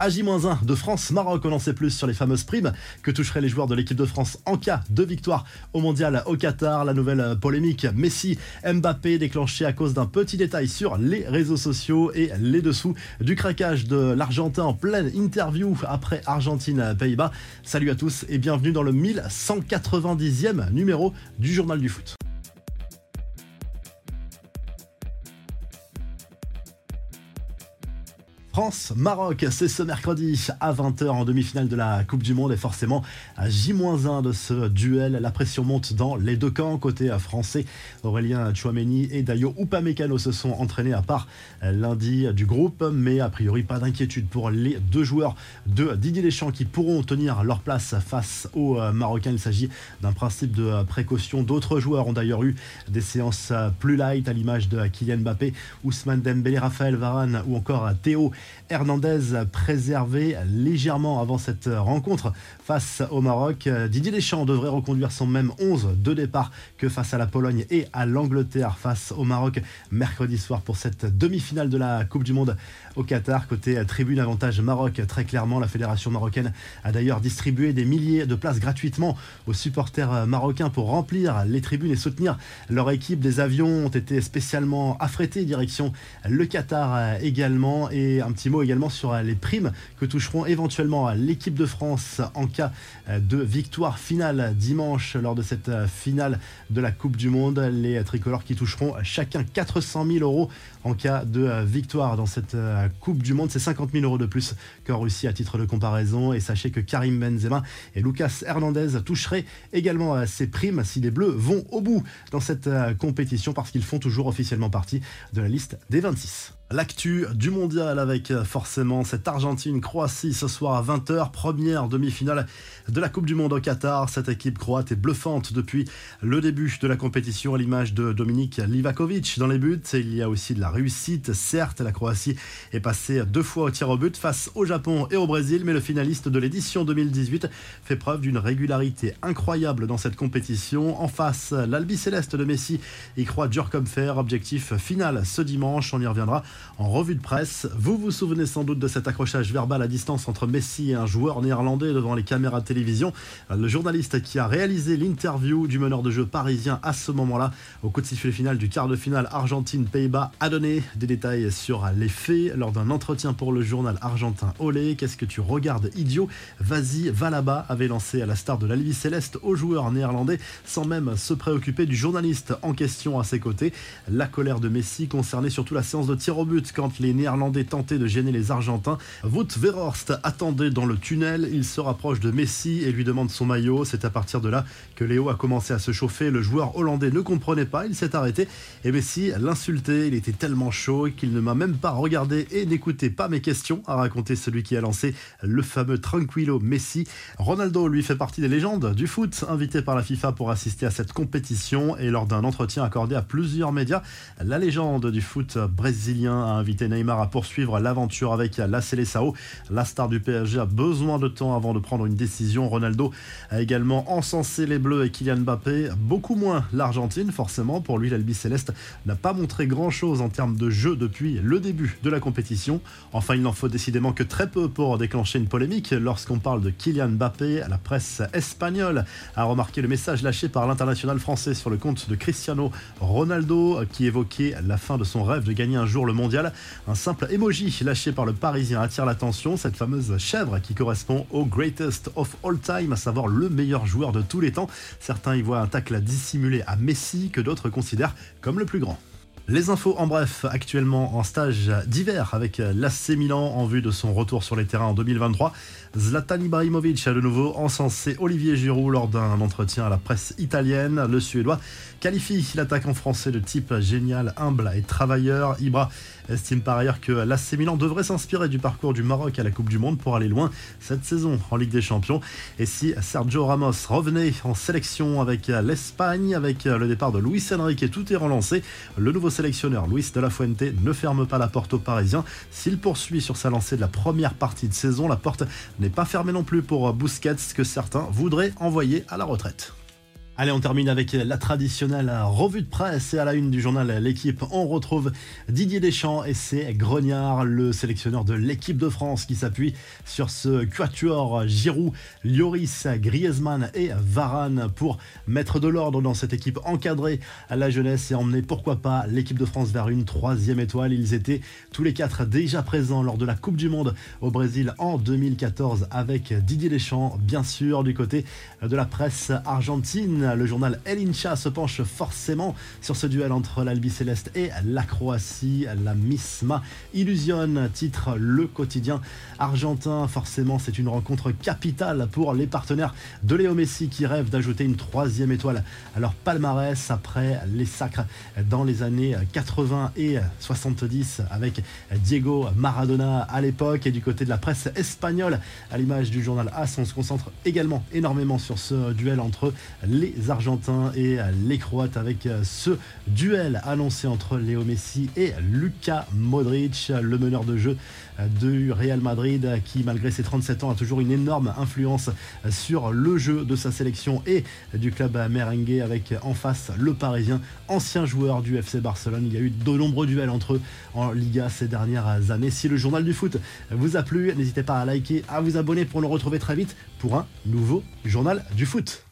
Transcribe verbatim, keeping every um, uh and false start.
À J un de France-Maroc, on en sait plus sur les fameuses primes que toucheraient les joueurs de l'équipe de France en cas de victoire au mondial au Qatar. La nouvelle polémique Messi-Mbappé déclenchée à cause d'un petit détail sur les réseaux sociaux et les dessous du craquage de l'Argentin en pleine interview après Argentine-Pays-Bas. Salut à tous et bienvenue dans le mille cent quatre-vingt-dixième numéro du Journal du Foot. France-Maroc, c'est ce mercredi à vingt heures en demi-finale de la Coupe du Monde et forcément à J un de ce duel. La pression monte dans les deux camps. Côté français, Aurélien Tchouaméni et Dayo Upamecano se sont entraînés à part lundi du groupe, mais a priori pas d'inquiétude pour les deux joueurs de Didier Deschamps qui pourront tenir leur place face aux Marocains. Il s'agit d'un principe de précaution. D'autres joueurs ont d'ailleurs eu des séances plus light à l'image de Kylian Mbappé, Ousmane Dembélé, Raphaël Varane ou encore Théo Hernandez, préservé légèrement avant cette rencontre face au Maroc. Didier Deschamps devrait reconduire son même onze de départ que face à la Pologne et à l'Angleterre face au Maroc mercredi soir pour cette demi-finale de la Coupe du Monde au Qatar. Côté tribune, avantage Maroc très clairement. La fédération marocaine a d'ailleurs distribué des milliers de places gratuitement aux supporters marocains pour remplir les tribunes et soutenir leur équipe. Des avions ont été spécialement affrétés direction le Qatar également. Et un petit mot également sur les primes que toucheront éventuellement l'équipe de France en cas de victoire finale dimanche lors de cette finale de la Coupe du Monde. Les tricolores qui toucheront chacun quatre cent mille euros en cas de victoire dans cette Coupe du Monde. C'est cinquante mille euros de plus qu'en Russie à titre de comparaison. Et sachez que Karim Benzema et Lucas Hernandez toucheraient également ces primes si les Bleus vont au bout dans cette compétition parce qu'ils font toujours officiellement partie de la liste des vingt-six. L'actu du mondial avec forcément cette Argentine-Croatie ce soir à vingt heures, première demi-finale de la Coupe du Monde au Qatar. Cette équipe croate est bluffante depuis le début de la compétition à l'image de Dominik Livakovic dans les buts. Et il y a aussi de la réussite, certes la Croatie est passée deux fois au tir au but face au Japon et au Brésil, mais le finaliste de l'édition deux mille dix-huit fait preuve d'une régularité incroyable dans cette compétition. En face, l'Albi-Céleste de Messi y croit dur comme fer. Objectif final ce dimanche, on y reviendra en revue de presse. Vous vous souvenez sans doute de cet accrochage verbal à distance entre Messi et un joueur néerlandais devant les caméras de télévision. Le journaliste qui a réalisé l'interview du meneur de jeu parisien à ce moment-là, au coup de sifflet final du quart de finale Argentine-Pays-Bas, a donné des détails sur les faits lors d'un entretien pour le journal argentin Olé. Qu'est-ce que tu regardes, idiot? Vas-y, va là-bas, avait lancé à la star de l'Albi Céleste au joueur néerlandais sans même se préoccuper du journaliste en question à ses côtés. La colère de Messi concernait surtout la séance de tir au but quand les Néerlandais tentaient de gêner les Argentins. Wout Weghorst attendait dans le tunnel, il se rapproche de Messi et lui demande son maillot. C'est à partir de là que Léo a commencé à se chauffer. Le joueur hollandais ne comprenait pas, il s'est arrêté et Messi l'insultait. Il était tellement chaud qu'il ne m'a même pas regardé et n'écoutait pas mes questions, a raconté celui qui a lancé le fameux Tranquillo Messi. Ronaldo, lui, fait partie des légendes du foot, invité par la FIFA pour assister à cette compétition et lors d'un entretien accordé à plusieurs médias, la légende du foot brésilien a invité Neymar à poursuivre l'aventure avec la Seleção. La star du P S G a besoin de temps avant de prendre une décision. Ronaldo a également encensé les Bleus et Kylian Mbappé, beaucoup moins l'Argentine forcément. Pour lui, l'Albi Céleste n'a pas montré grand-chose en termes de jeu depuis le début de la compétition. Enfin, il n'en faut décidément que très peu pour déclencher une polémique. Lorsqu'on parle de Kylian Mbappé, la presse espagnole a remarqué le message lâché par l'international français sur le compte de Cristiano Ronaldo qui évoquait la fin de son rêve de gagner un jour le mondial. Un simple emoji lâché par le Parisien attire l'attention, cette fameuse chèvre qui correspond au greatest of all time, à savoir le meilleur joueur de tous les temps. Certains y voient un tacle dissimulé à Messi que d'autres considèrent comme le plus grand. Les infos en bref, actuellement en stage d'hiver avec l'A C Milan en vue de son retour sur les terrains en deux mille vingt-trois. Zlatan Ibrahimovic a de nouveau encensé Olivier Giroud lors d'un entretien à la presse italienne. Le Suédois qualifie l'attaquant français de type génial, humble et travailleur. Ibra estime par ailleurs que l'A C Milan devrait s'inspirer du parcours du Maroc à la Coupe du Monde pour aller loin cette saison en Ligue des Champions. Et si Sergio Ramos revenait en sélection avec l'Espagne, avec le départ de Luis Enrique, tout est relancé. Le nouveau sélectionneur Luis de la Fuente ne ferme pas la porte aux Parisiens. S'il poursuit sur sa lancée de la première partie de saison, la porte n'est pas fermée non plus pour Busquets que certains voudraient envoyer à la retraite. Allez, on termine avec la traditionnelle revue de presse et à la une du journal L'équipe, on retrouve Didier Deschamps et ses grognards, le sélectionneur de l'équipe de France qui s'appuie sur ce quatuor Giroud, Lloris, Griezmann et Varane pour mettre de l'ordre dans cette équipe, encadrer la jeunesse et emmener pourquoi pas l'équipe de France vers une troisième étoile. Ils étaient tous les quatre déjà présents lors de la Coupe du Monde au Brésil en deux mille quatorze avec Didier Deschamps, bien sûr, du côté de la presse argentine. Le journal El Hincha se penche forcément sur ce duel entre l'Albi Céleste et la Croatie. La misma illusionne, titre le quotidien argentin. Forcément, c'est une rencontre capitale pour les partenaires de Léo Messi qui rêvent d'ajouter une troisième étoile à leur palmarès après les sacres dans les années quatre-vingts et soixante-dix avec Diego Maradona à l'époque. Et du côté de la presse espagnole, à l'image du journal AS, on se concentre également énormément sur ce duel entre les Argentins et les Croates avec ce duel annoncé entre Léo Messi et Luka Modric, le meneur de jeu du Real Madrid qui, malgré ses trente-sept ans, a toujours une énorme influence sur le jeu de sa sélection et du club merengue, avec en face le Parisien, ancien joueur du F C Barcelone. Il y a eu de nombreux duels entre eux en Liga ces dernières années. Si le journal du foot vous a plu, n'hésitez pas à liker, à vous abonner pour le retrouver très vite pour un nouveau journal du foot.